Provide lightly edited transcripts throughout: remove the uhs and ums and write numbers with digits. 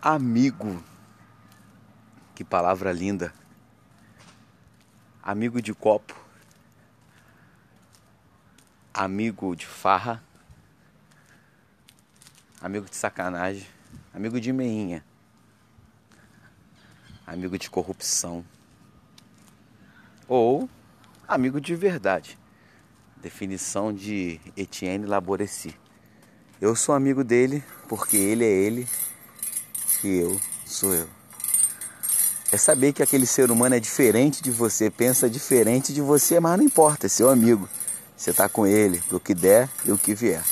Amigo, que palavra linda. Amigo de copo, amigo de farra, amigo de sacanagem, amigo de meinha, amigo de corrupção ou amigo de verdade. Definição de Etienne Laboureci. Eu sou amigo dele porque ele é ele e eu sou eu. É saber que aquele ser humano é diferente de você, pensa diferente de você, mas não importa, é seu amigo. Você tá com ele, pro que der e o que vier.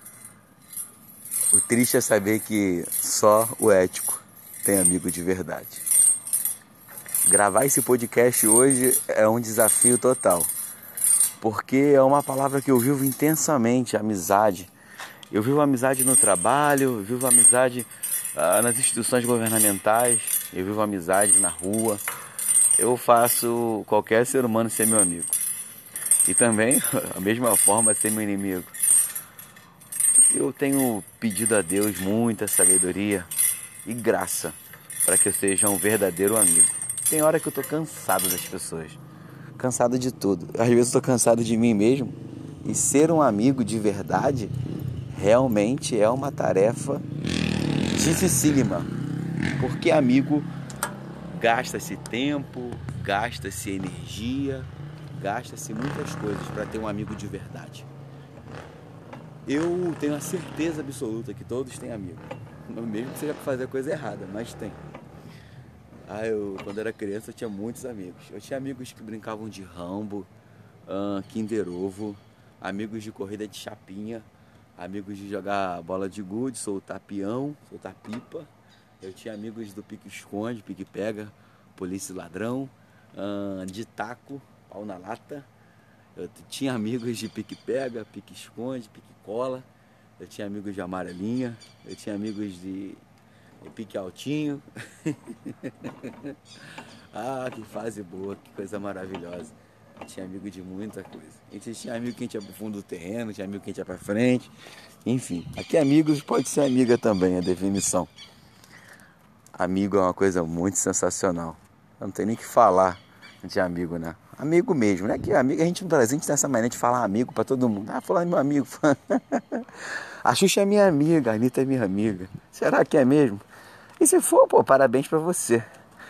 O triste é saber que só o ético tem amigo de verdade. Gravar esse podcast hoje é um desafio total, porque é uma palavra que eu vivo intensamente, amizade. Eu vivo amizade no trabalho, eu vivo amizade nas instituições governamentais, eu vivo amizade na rua. Eu faço qualquer ser humano ser meu amigo. E também, da mesma forma, ser meu inimigo. Eu tenho pedido a Deus muita sabedoria e graça para que eu seja um verdadeiro amigo. Tem hora que eu tô cansado das pessoas, cansado de tudo. Às vezes eu tô cansado de mim mesmo. E ser um amigo de verdade realmente é uma tarefa dificílima. Porque amigo gasta-se tempo, gasta-se energia, gasta-se muitas coisas para ter um amigo de verdade. Eu tenho a certeza absoluta que todos têm amigo. Mesmo que seja para fazer coisa errada, mas tem. Quando era criança, eu tinha muitos amigos. Eu tinha amigos que brincavam de Rambo, Kinder Ovo, amigos de corrida de chapinha, amigos de jogar bola de gude, soltar peão, soltar pipa. Eu tinha amigos do pique-esconde, pique-pega, polícia e ladrão, de taco, pau na lata. Eu tinha amigos de pique-pega, pique-esconde, pique-cola. Eu tinha amigos de amarelinha. Eu tinha amigos de pique-altinho. Que fase boa, que coisa maravilhosa. Eu tinha amigo de muita coisa. A gente tinha amigo que a gente ia pro fundo do terreno, tinha amigo que a gente ia pra frente. Enfim, aqui amigos pode ser amiga também, a definição. Amigo é uma coisa muito sensacional. Eu não tenho nem o que falar de amigo, né? Amigo mesmo, né? Que amigo, a gente no Brasil, a gente tem essa mania de falar amigo pra todo mundo. Falar meu amigo. A Xuxa é minha amiga, a Anitta é minha amiga. Será que é mesmo? E se for, pô, parabéns pra você.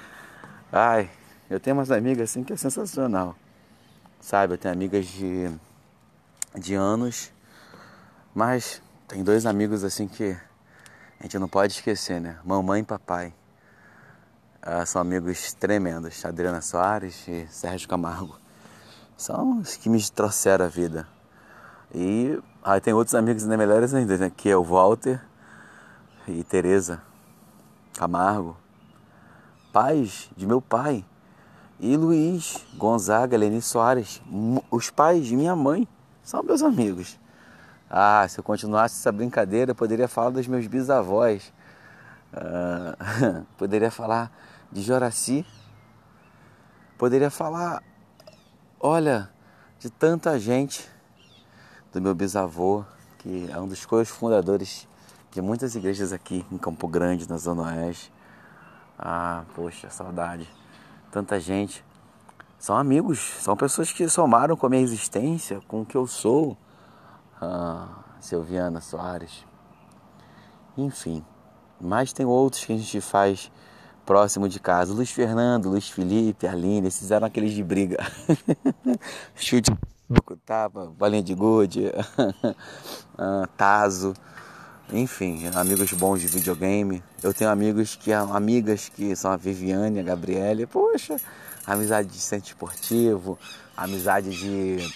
Eu tenho umas amigas assim que é sensacional. Sabe, eu tenho amigas de anos, mas tem dois amigos assim que a gente não pode esquecer, né? Mamãe e papai. São amigos tremendos, Adriana Soares e Sérgio Camargo. São os que me trouxeram a vida. E tem outros amigos ainda melhores ainda, né? Que é o Walter e Tereza Camargo, pais de meu pai, e Luiz Gonzaga, Leni Soares, os pais de minha mãe, são meus amigos. Se eu continuasse essa brincadeira, eu poderia falar dos meus bisavós, poderia falar de Joraci, poderia falar, olha, de tanta gente, do meu bisavô, que é um dos co-fundadores de muitas igrejas aqui em Campo Grande, na Zona Oeste. Poxa, saudade. Tanta gente. São amigos, são pessoas que somaram com a minha existência, com o que eu sou. Silviana Soares. Enfim, mas tem outros que a gente faz próximo de casa. Luiz Fernando, Luiz Felipe, Aline, esses eram aqueles de briga. Chute, tapa, bolinha de gude, tazo. Enfim, amigos bons de videogame. Eu tenho amigas que são a Viviane, a Gabriele. Poxa, amizade de centro esportivo, amizade de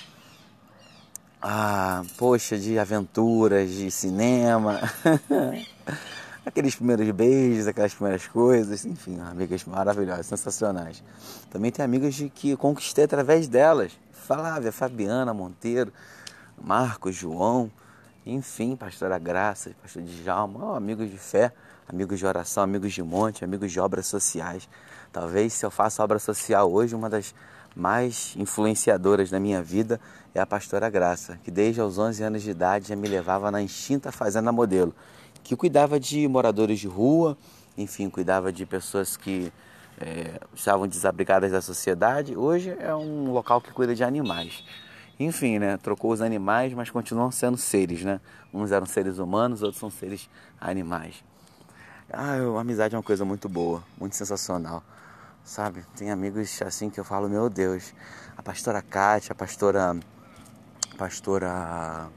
de aventuras, de cinema. Aqueles primeiros beijos, aquelas primeiras coisas, enfim, amigas maravilhosas, sensacionais. Também tem amigas que eu conquistei através delas. Flávia, Fabiana Monteiro, Marcos, João, enfim, pastora Graça, pastor Djalma, amigos de fé, amigos de oração, amigos de monte, amigos de obras sociais. Talvez se eu faço obra social hoje, uma das mais influenciadoras da minha vida é a pastora Graça, que desde os 11 anos de idade já me levava na extinta Fazenda Modelo, que cuidava de moradores de rua enfim, cuidava de pessoas que estavam desabrigadas da sociedade. Hoje é um local que cuida de animais. Enfim, né? Trocou os animais, mas continuam sendo seres, né? Uns eram seres humanos, outros são seres animais. A amizade é uma coisa muito boa, muito sensacional, sabe? Tem amigos assim que eu falo, meu Deus, a pastora Kátia, a pastora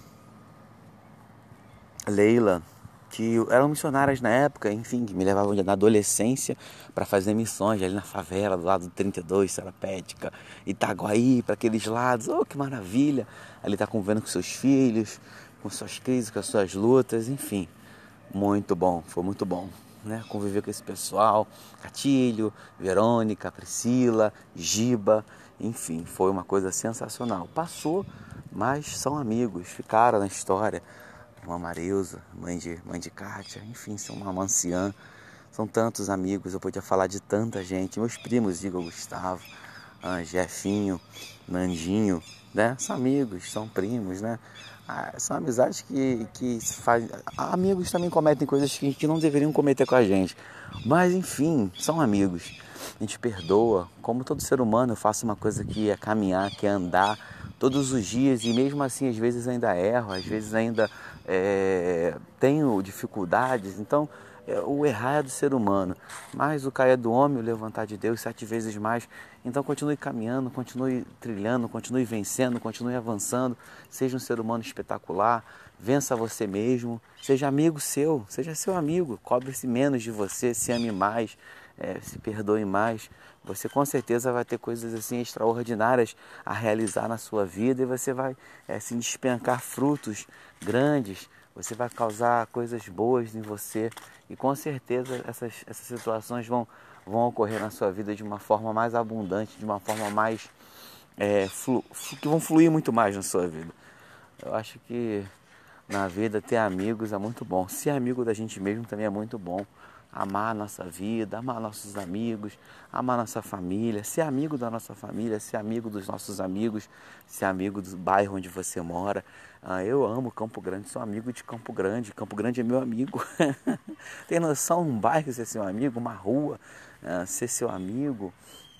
Leila, que eram missionárias na época, enfim, que me levavam na adolescência para fazer missões ali na favela, do lado do 32, Sarapética, Itaguaí, para aqueles lados. Oh, que maravilha! Ali tá convivendo com seus filhos, com suas crises, com as suas lutas, enfim. Muito bom, foi muito bom, né? Conviver com esse pessoal, Catilho, Verônica, Priscila, Giba, enfim, foi uma coisa sensacional. Passou, mas são amigos, ficaram na história. Irmã Mareusa, mãe de Kátia, enfim, são uma anciã, são tantos amigos, eu podia falar de tanta gente, meus primos, Igor, Gustavo, Jefinho, Nandinho, né? São amigos, são primos, né? São amizades que se fazem. Amigos também cometem coisas que não deveriam cometer com a gente, mas enfim, são amigos. A gente perdoa, como todo ser humano, eu faço uma coisa que é caminhar, que é andar todos os dias, e mesmo assim às vezes ainda erro, às vezes ainda tenho dificuldades. Então o errar é do ser humano, mas o cair é do homem, o levantar de Deus 7 vezes mais. Então continue caminhando, continue trilhando, continue vencendo, continue avançando, seja um ser humano espetacular, vença você mesmo, seja amigo seu, seja seu amigo, cobre-se menos de você, se ame mais, se perdoe mais. Você com certeza vai ter coisas assim extraordinárias a realizar na sua vida, e você vai se despencar frutos grandes, você vai causar coisas boas em você, e com certeza essas situações vão ocorrer na sua vida de uma forma mais abundante, de uma forma mais que vão fluir muito mais na sua vida. Eu acho que na vida ter amigos é muito bom. Ser amigo da gente mesmo também é muito bom. Amar a nossa vida, amar nossos amigos, amar nossa família, ser amigo da nossa família, ser amigo dos nossos amigos, ser amigo do bairro onde você mora. Eu amo Campo Grande, sou amigo de Campo Grande. Campo Grande é meu amigo. Tem noção, um bairro ser seu amigo, uma rua ser seu amigo,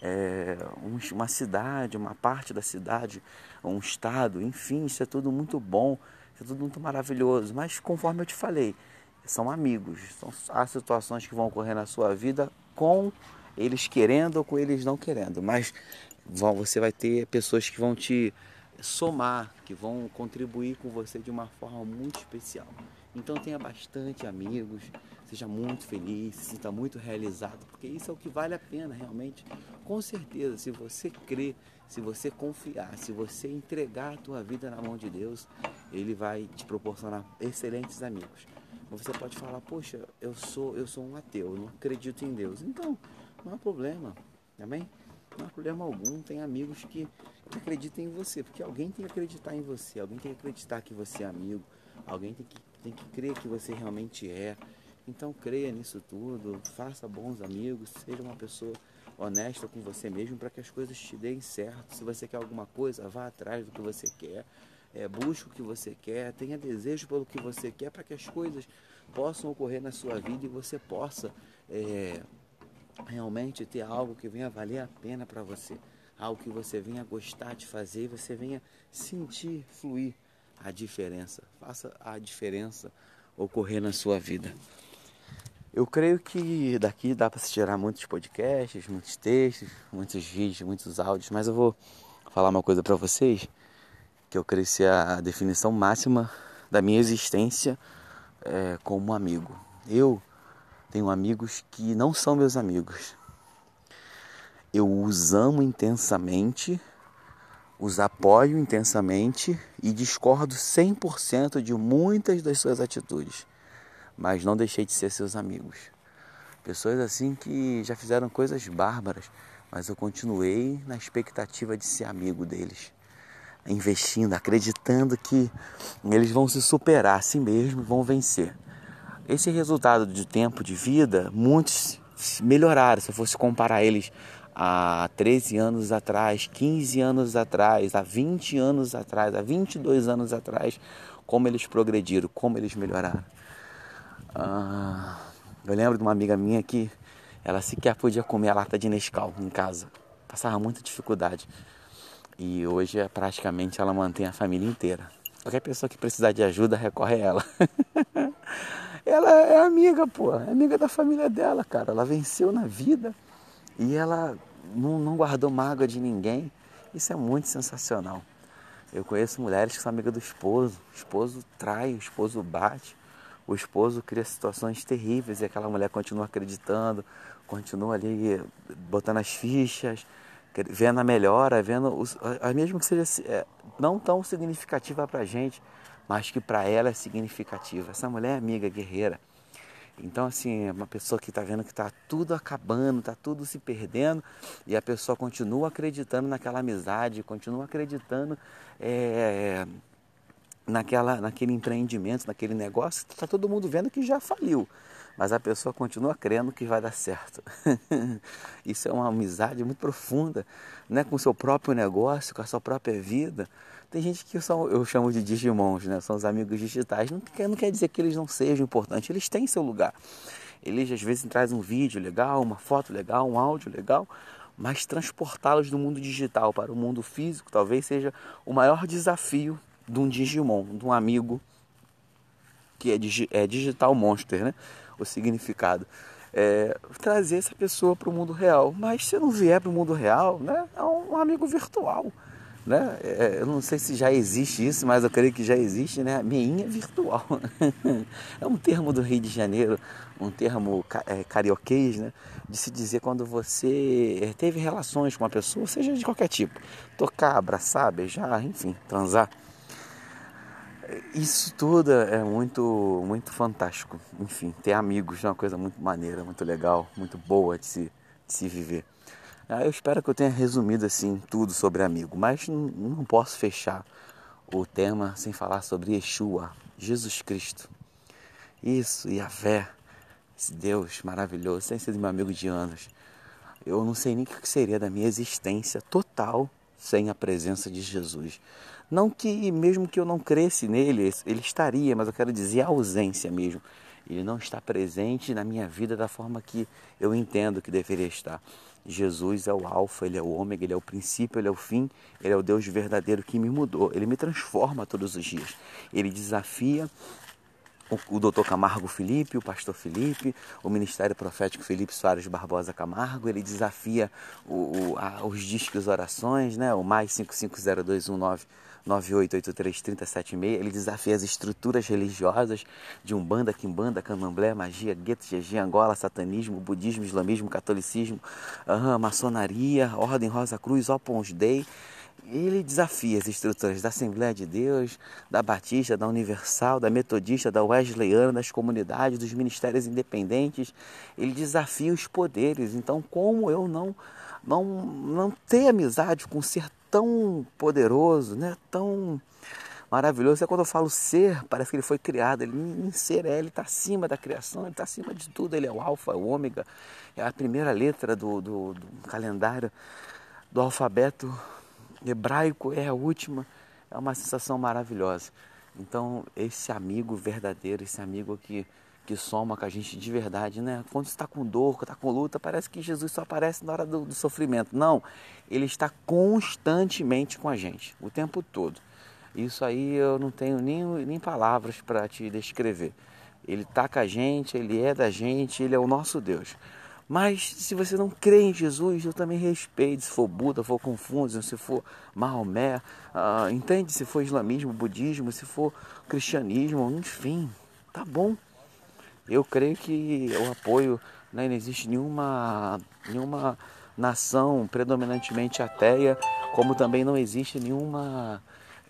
uma cidade, uma parte da cidade, um estado, enfim, isso é tudo muito bom, isso é tudo muito maravilhoso. Mas conforme eu te falei, são amigos, há situações que vão ocorrer na sua vida com eles querendo ou com eles não querendo, mas você vai ter pessoas que vão te somar, que vão contribuir com você de uma forma muito especial. Então tenha bastante amigos, seja muito feliz, se sinta muito realizado, porque isso é o que vale a pena realmente. Com certeza, se você crer, se você confiar, se você entregar a tua vida na mão de Deus, Ele vai te proporcionar excelentes amigos. Você pode falar, poxa, eu sou um ateu, eu não acredito em Deus. Então, não há problema, amém? Não há problema algum, tem amigos que acreditam em você, porque alguém tem que acreditar em você, alguém tem que acreditar que você é amigo, alguém tem que crer que você realmente é. Então creia nisso tudo, faça bons amigos, seja uma pessoa honesta com você mesmo para que as coisas te deem certo. Se você quer alguma coisa, vá atrás do que você quer. Busque o que você quer, tenha desejo pelo que você quer, para que as coisas possam ocorrer na sua vida e você possa realmente ter algo que venha valer a pena para você, algo que você venha gostar de fazer e você venha sentir, fluir a diferença. Faça a diferença ocorrer na sua vida. Eu creio que daqui dá para se tirar muitos podcasts, muitos textos, muitos vídeos, muitos áudios, mas eu vou falar uma coisa para vocês, que eu creio ser a definição máxima da minha existência como amigo. Eu tenho amigos que não são meus amigos. Eu os amo intensamente, os apoio intensamente e discordo 100% de muitas das suas atitudes, mas não deixei de ser seus amigos. Pessoas assim que já fizeram coisas bárbaras, mas eu continuei na expectativa de ser amigo deles, investindo, acreditando que eles vão se superar a si mesmos, vão vencer. Esse resultado de tempo de vida, muitos melhoraram. Se eu fosse comparar eles há 13 anos atrás, 15 anos atrás, há 20 anos atrás, há 22 anos atrás, como eles progrediram, como eles melhoraram. Eu lembro de uma amiga minha que ela sequer podia comer a lata de Nescau em casa. Passava muita dificuldade. E hoje, praticamente, ela mantém a família inteira. Qualquer pessoa que precisar de ajuda, recorre a ela. Ela é amiga, pô. É amiga da família dela, cara. Ela venceu na vida e ela não guardou mágoa de ninguém. Isso é muito sensacional. Eu conheço mulheres que são amigas do esposo. O esposo trai, o esposo bate. O esposo cria situações terríveis e aquela mulher continua acreditando, continua ali botando as fichas, vendo a melhora, vendo, mesmo que seja não tão significativa para a gente, mas que para ela é significativa. Essa mulher é amiga, guerreira. Então, assim, é uma pessoa que está vendo que está tudo acabando, está tudo se perdendo, e a pessoa continua acreditando naquela amizade, continua acreditando naquele empreendimento, naquele negócio, está todo mundo vendo que já faliu, mas a pessoa continua crendo que vai dar certo. Isso é uma amizade muito profunda, né? Com o seu próprio negócio, com a sua própria vida. Tem gente que eu chamo de digimons, né? São os amigos digitais. Não quer dizer que eles não sejam importantes, eles têm seu lugar. Eles às vezes trazem um vídeo legal, uma foto legal, um áudio legal, mas transportá-los do mundo digital para o mundo físico talvez seja o maior desafio de um Digimon, de um amigo que é Digital Monster, né? O significado. Trazer essa pessoa para o mundo real. Mas se não vier para o mundo real, né? É um amigo virtual. Né? Eu não sei se já existe isso, mas eu creio que já existe, né? Meinha virtual. É um termo do Rio de Janeiro, um termo carioquês, né? De se dizer quando você teve relações com uma pessoa, seja de qualquer tipo. Tocar, abraçar, beijar, enfim, transar. Isso tudo é muito, muito fantástico. Enfim, ter amigos é uma coisa muito maneira, muito legal, muito boa de se viver. Eu espero que eu tenha resumido assim tudo sobre amigo, mas não posso fechar o tema sem falar sobre Yeshua, Jesus Cristo. Isso, Yahvé, esse Deus maravilhoso, tem sido meu amigo de anos. Eu não sei nem o que seria da minha existência total sem a presença de Jesus. Não que, mesmo que eu não cresce nele, ele estaria, mas eu quero dizer a ausência mesmo. Ele não está presente na minha vida da forma que eu entendo que deveria estar. Jesus é o alfa, ele é o ômega, ele é o princípio, ele é o fim, ele é o Deus verdadeiro que me mudou. Ele me transforma todos os dias. Ele desafia o doutor Camargo Felipe, o pastor Felipe, o Ministério Profético Felipe Soares Barbosa Camargo. Ele desafia os discos orações, né? O mais 550219988833076. Ele desafia as estruturas religiosas de Umbanda, Quimbanda, Candomblé, magia, gueto, Jeje, Angola, satanismo, budismo, islamismo, catolicismo, maçonaria, Ordem Rosa Cruz, Opus Dei. Ele desafia as estruturas da Assembleia de Deus, da Batista, da Universal, da Metodista, da Wesleyana, das comunidades, dos ministérios independentes. Ele desafia os poderes. Então, como eu não ter amizade com um ser tão poderoso, né? Tão maravilhoso? É quando eu falo ser, parece que ele foi criado. Ele em ser ele está acima da criação, ele está acima de tudo. Ele é o alfa, o ômega, é a primeira letra do calendário, do alfabeto hebraico, é a última. É uma sensação maravilhosa. Então, esse amigo verdadeiro, esse amigo que soma com a gente de verdade, né? Quando você está com dor, quando está com luta, parece que Jesus só aparece na hora do sofrimento. Não, ele está constantemente com a gente, o tempo todo. Isso aí eu não tenho nem palavras para te descrever. Ele está com a gente, ele é da gente, ele é o nosso Deus. Mas se você não crê em Jesus, eu também respeito. Se for Buda, se for Confúcio, se for Maomé, entende? Se for islamismo, budismo, se for cristianismo, enfim, tá bom. Eu creio que o apoio, né, não existe nenhuma nação predominantemente ateia, como também não existe nenhuma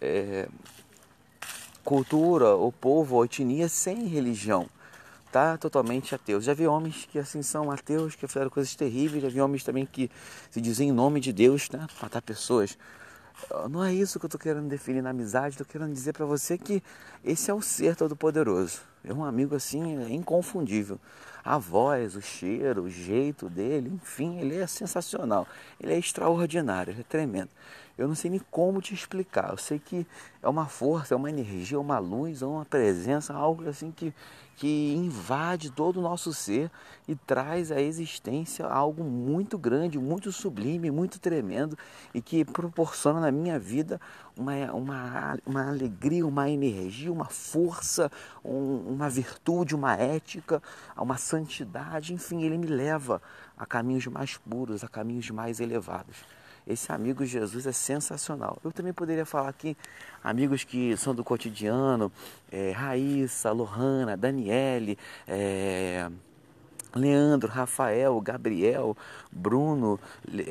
cultura, ou povo, ou etnia sem religião. Tá totalmente ateus. Já vi homens que assim são ateus, que fizeram coisas terríveis. Já vi homens também que se dizem em nome de Deus, né? Matar pessoas. Não é isso que eu estou querendo definir na amizade. Estou querendo dizer para você que esse é o ser todo-poderoso. É um amigo assim inconfundível. A voz, o cheiro, o jeito dele, enfim, ele é sensacional. Ele é extraordinário, ele é tremendo. Eu não sei nem como te explicar. Eu sei que é uma força, é uma energia, uma luz, é uma presença, algo assim que invade todo o nosso ser e traz à existência algo muito grande, muito sublime, muito tremendo e que proporciona na minha vida uma alegria, uma energia, uma força, uma virtude, uma ética, uma santidade. Enfim, ele me leva a caminhos mais puros, a caminhos mais elevados. Esse amigo Jesus é sensacional. Eu também poderia falar aqui amigos que são do cotidiano, Raíssa, Lohana, Daniele, Leandro, Rafael, Gabriel, Bruno,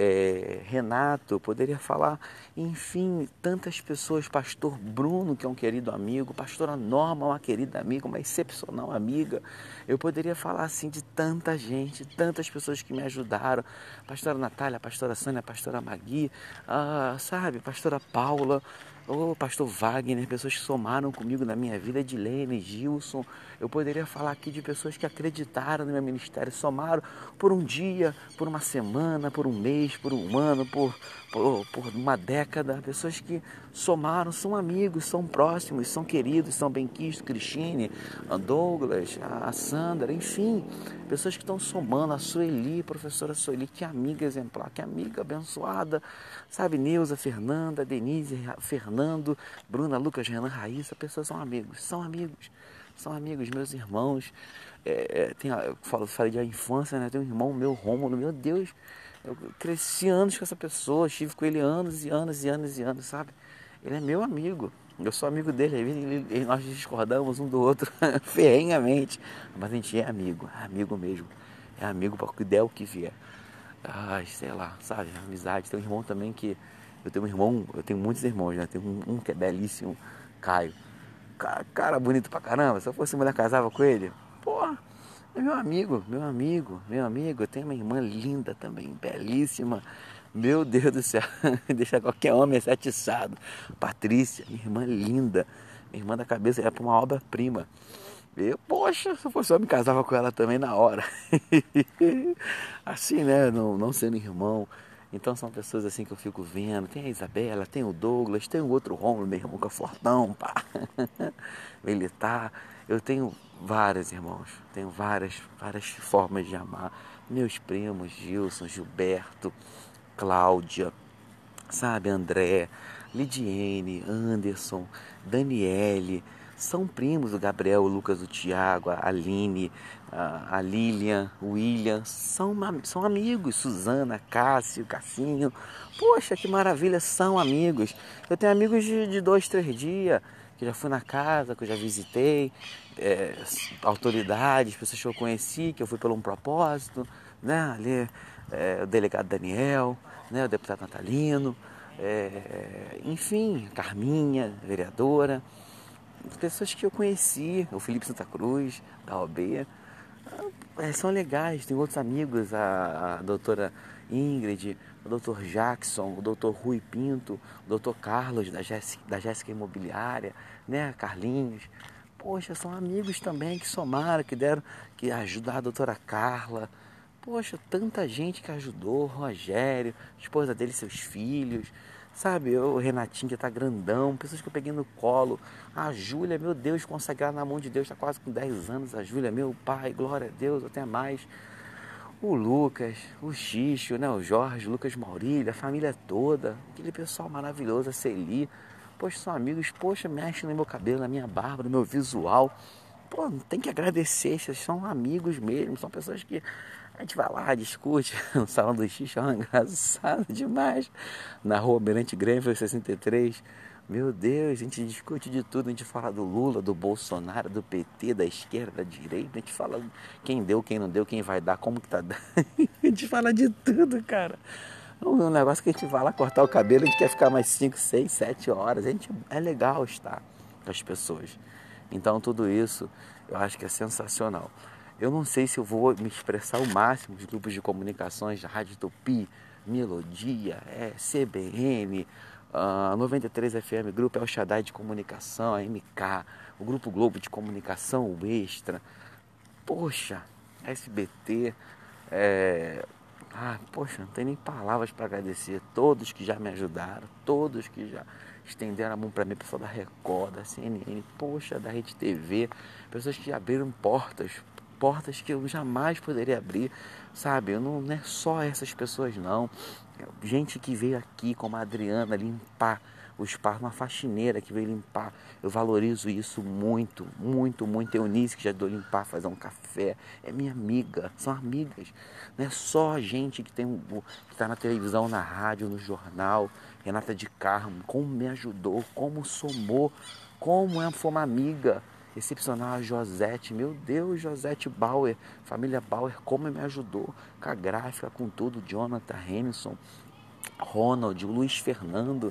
Renato, poderia falar, enfim, tantas pessoas, pastor Bruno, que é um querido amigo, pastora Norma, uma querida amiga, uma excepcional amiga. Eu poderia falar assim de tanta gente, tantas pessoas que me ajudaram, pastora Natália, pastora Sônia, pastora Magui, sabe, pastora Paula, o pastor Wagner, pessoas que somaram comigo na minha vida, Edilene, Gilson. Eu poderia falar aqui de pessoas que acreditaram no meu ministério, somaram por um dia, por uma semana, por um mês, por um ano, por uma década. Pessoas que somaram, são amigos, são próximos, são queridos, são benquistos, Cristine, a Douglas, a Sandra, enfim. Pessoas que estão somando, a Sueli, professora Sueli, que amiga exemplar, que amiga abençoada, sabe, Neuza, Fernanda, Denise, Fernando, Bruna, Lucas, Renan, Raíssa, pessoas são amigos, são amigos, meus irmãos. Eu falei de infância, né? Tem um irmão meu, Rômulo, meu Deus, eu cresci anos com essa pessoa, estive com ele anos e anos e anos e anos, sabe? Ele é meu amigo, eu sou amigo dele, nós discordamos um do outro ferrenhamente, mas a gente é amigo mesmo, é amigo para o que der o que vier. Ai, sei lá, sabe, amizade. Tem um irmão também que, eu tenho muitos irmãos, né? Tem um que é belíssimo, Caio. Cara bonito pra caramba, se eu fosse mulher casava com ele, porra, é meu amigo, meu amigo, meu amigo. Eu tenho uma irmã linda também, belíssima. Meu Deus do céu, deixa qualquer homem atiçado. Patrícia, minha irmã linda, minha irmã da cabeça, é pra uma obra-prima. Eu, poxa, se eu fosse homem, casava com ela também na hora. Assim, né? Não sendo irmão. Então são pessoas assim que eu fico vendo. Tem a Isabela, tem o Douglas, tem o outro Rômulo, meu irmão, que é fortão, pá. Militar. Eu tenho vários irmãos. Tenho várias formas de amar. Meus primos, Gilson, Gilberto, Cláudia, sabe, André, Lidiene, Anderson, Daniele, são primos do Gabriel, o Lucas, o Tiago, a Aline, a Lilian, o William, são amigos, Suzana, Cássio, Cassinho, poxa, que maravilha, são amigos. Eu tenho amigos de 2, 3 dias, que já fui na casa, que eu já visitei, autoridades, pessoas que eu conheci, que eu fui por um propósito, né, ali, o delegado Daniel, né, o deputado Natalino, enfim, Carminha, vereadora, pessoas que eu conheci, o Felipe Santa Cruz, da OB, são legais. Tem outros amigos, a doutora Ingrid, o doutor Jackson, o doutor Rui Pinto, o doutor Carlos, da Jéssica Imobiliária, né, Carlinhos. Poxa, são amigos também que somaram, que ajudaram a doutora Carla. Poxa, tanta gente que ajudou, Rogério, esposa dele, seus filhos, sabe, o Renatinho que tá grandão, pessoas que eu peguei no colo, a Júlia, meu Deus, consagrada na mão de Deus, tá quase com 10 anos, a Júlia, meu pai, glória a Deus, até mais, o Lucas, o Xixo, né, o Jorge, o Lucas Maurílio, a família toda, aquele pessoal maravilhoso, a Celi, poxa, são amigos, poxa, mexem no meu cabelo, na minha barba, no meu visual, pô, tem que agradecer, vocês são amigos mesmo, são pessoas que a gente vai lá, discute, no salão do xixi é uma engraçado demais, na rua Almirante Grêmio 63, meu Deus, a gente discute de tudo, a gente fala do Lula, do Bolsonaro, do PT, da esquerda, da direita, a gente fala quem deu, quem não deu, quem vai dar, como que tá dando, a gente fala de tudo, cara. Um negócio que a gente vai lá cortar o cabelo, a gente quer ficar mais 5, 6, 7 horas. É legal estar com as pessoas. Então tudo isso eu acho que é sensacional. Eu não sei se eu vou me expressar o máximo nos grupos de comunicações da Rádio Tupi, Melodia, CBN, 93 FM, Grupo El Shaddai de Comunicação, a MK, o Grupo Globo de Comunicação, o Extra, poxa, SBT, Poxa, não tem nem palavras para agradecer. Todos que já me ajudaram, todos que já estenderam a mão para mim, pessoal da Record, da CNN, poxa, da Rede TV, pessoas que abriram portas que eu jamais poderia abrir, sabe? Não é só essas pessoas não. Gente que veio aqui, como a Adriana, limpar o espaço, uma faxineira que veio limpar. Eu valorizo isso muito, muito, muito. Eunice, que já deu limpar, fazer um café, é minha amiga, são amigas. Não é só a gente que que está na televisão, na rádio, no jornal. Renata de Carmo, como me ajudou, como somou, foi uma amiga excepcional. A Josete, meu Deus, Josete Bauer, família Bauer, como me ajudou com a gráfica, com tudo. Jonathan Henderson, Ronald, o Luiz Fernando,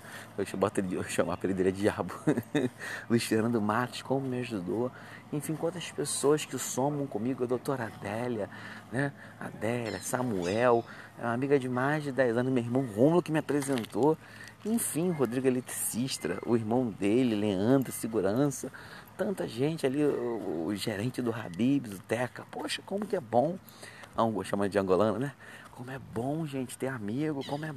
eu chamo a apelido dele de Diabo. Luiz Fernando Matos, como me ajudou. Enfim, quantas pessoas que somam comigo, a doutora Adélia, né? Adélia, Samuel, é uma amiga de mais de 10 anos, meu irmão Rômulo que me apresentou. Enfim, Rodrigo Eletricista, o irmão dele, Leandro, segurança, tanta gente ali, o gerente do Habib's, o Teca. Poxa, como que é bom. Não, vou chamar de angolano, né? Como é bom, gente, ter amigo, como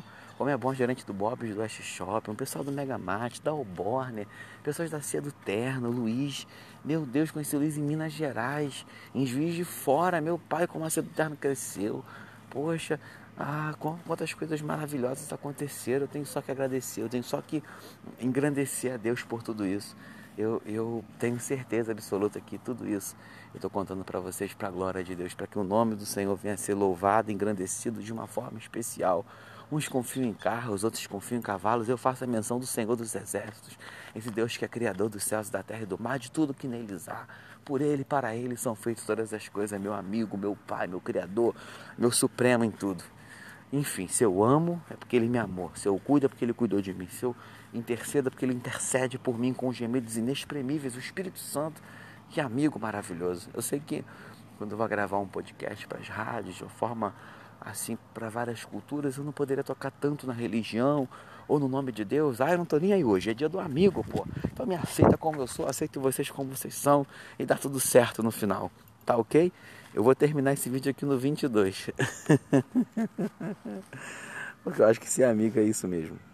é bom gerente do Bob's, do West Shopping, o pessoal do Megamart, da Alborne, pessoas da Cia do Terno, Luiz, meu Deus, conheci o Luiz em Minas Gerais, em Juiz de Fora, meu pai, como a Cia do Terno cresceu, poxa, quantas coisas maravilhosas aconteceram, eu tenho só que agradecer, eu tenho só que engrandecer a Deus por tudo isso. Eu tenho certeza absoluta que tudo isso eu estou contando para vocês, para a glória de Deus, para que o nome do Senhor venha a ser louvado, engrandecido de uma forma especial. Uns confiam em carros, outros confiam em cavalos. Eu faço a menção do Senhor dos Exércitos, esse Deus que é Criador dos céus, da terra e do mar, de tudo que neles há. Por Ele, para Ele são feitas todas as coisas, meu amigo, meu Pai, meu Criador, meu Supremo em tudo. Enfim, se eu amo, é porque Ele me amou. Se eu cuido, é porque Ele cuidou de mim. Se eu intercedo, é porque Ele intercede por mim com gemidos inexprimíveis. O Espírito Santo, que amigo maravilhoso. Eu sei que quando eu vou gravar um podcast para as rádios, de uma forma assim, para várias culturas, eu não poderia tocar tanto na religião ou no nome de Deus. Eu não tô nem aí hoje, é dia do amigo, pô. Então me aceita como eu sou, aceito vocês como vocês são e dá tudo certo no final, tá ok? Eu vou terminar esse vídeo aqui no 22. Porque eu acho que ser amigo é isso mesmo.